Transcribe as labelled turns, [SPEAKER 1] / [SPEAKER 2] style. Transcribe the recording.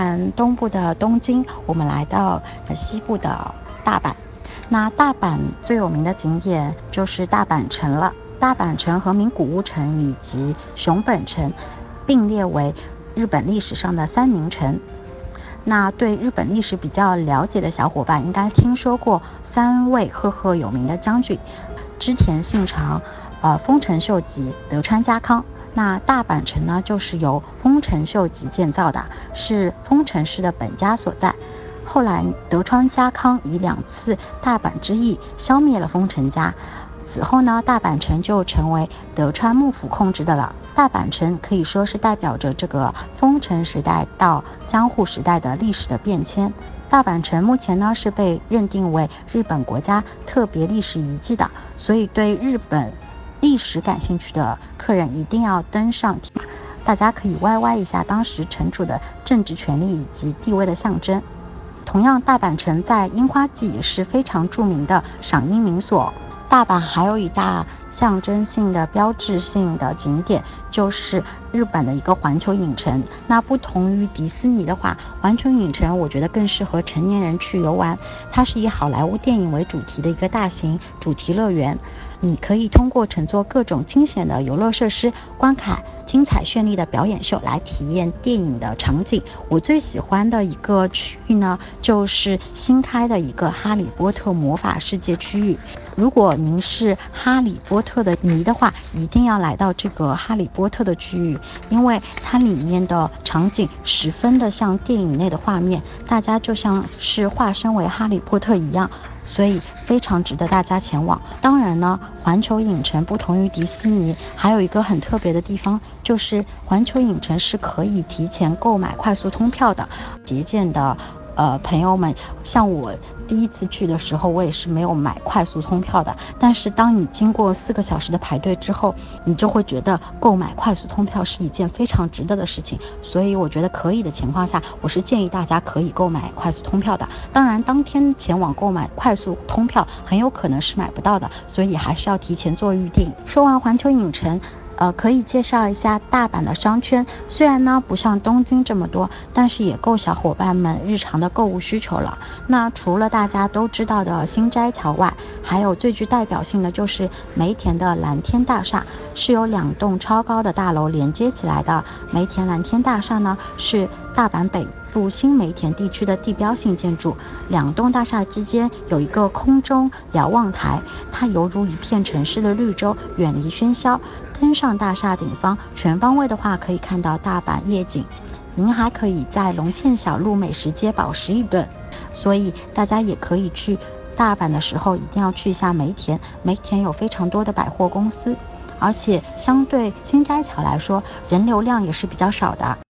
[SPEAKER 1] 东部的东京，我们来到西部的大阪。那大阪最有名的景点就是大阪城了。大阪城和名古屋城以及熊本城并列为日本历史上的3名城。那对日本历史比较了解的小伙伴应该听说过3位赫赫有名的将军：织田信长、丰臣秀吉、德川家康。那大阪城呢，就是由丰臣秀吉建造的，是丰臣氏的本家所在。后来德川家康以2次大阪之役消灭了丰臣家，此后呢，大阪城就成为德川幕府控制的了。大阪城可以说是代表着这个丰臣时代到江户时代的历史的变迁。大阪城目前呢是被认定为日本国家特别历史遗迹的，所以对日本历史感兴趣的客人一定要登上。大家可以歪歪一下当时城主的政治权力以及地位的象征。同样，大阪城在樱花季也是非常著名的赏樱名所。大阪还有一大象征性的标志性的景点，就是日本的一个环球影城。那不同于迪士尼的话，环球影城我觉得更适合成年人去游玩。它是以好莱坞电影为主题的一个大型主题乐园，你可以通过乘坐各种惊险的游乐设施，观看精彩绚丽的表演秀来体验电影的场景。我最喜欢的一个区域呢，就是新开的一个哈利波特魔法世界区域。如果您是哈利波特的迷的话，一定要来到这个哈利波特的区域，因为它里面的场景十分的像电影内的画面，大家就像是化身为哈利波特一样，所以非常值得大家前往。当然呢，环球影城不同于迪士尼，还有一个很特别的地方，就是环球影城是可以提前购买快速通票的。节俭的朋友们，像我第一次去的时候，我也是没有买快速通票的。但是当你经过4个小时的排队之后，你就会觉得购买快速通票是一件非常值得的事情。所以我觉得可以的情况下，我是建议大家可以购买快速通票的。当然，当天前往购买快速通票很有可能是买不到的，所以还是要提前做预定。说完环球影城，可以介绍一下大阪的商圈。虽然呢不像东京这么多，但是也够小伙伴们日常的购物需求了。那除了大家都知道的心斋桥外，还有最具代表性的就是梅田的蓝天大厦，是由2栋超高的大楼连接起来的。梅田蓝天大厦呢，是大阪北部新梅田地区的地标性建筑。2栋大厦之间有一个空中瞭望台，它犹如一片城市的绿洲，远离喧嚣。登上大厦顶方，全方位的话可以看到大阪夜景。您还可以在龙堑小路美食街饱食一顿。所以大家也可以去大阪的时候一定要去一下梅田。梅田有非常多的百货公司，而且相对心斋桥来说，人流量也是比较少的。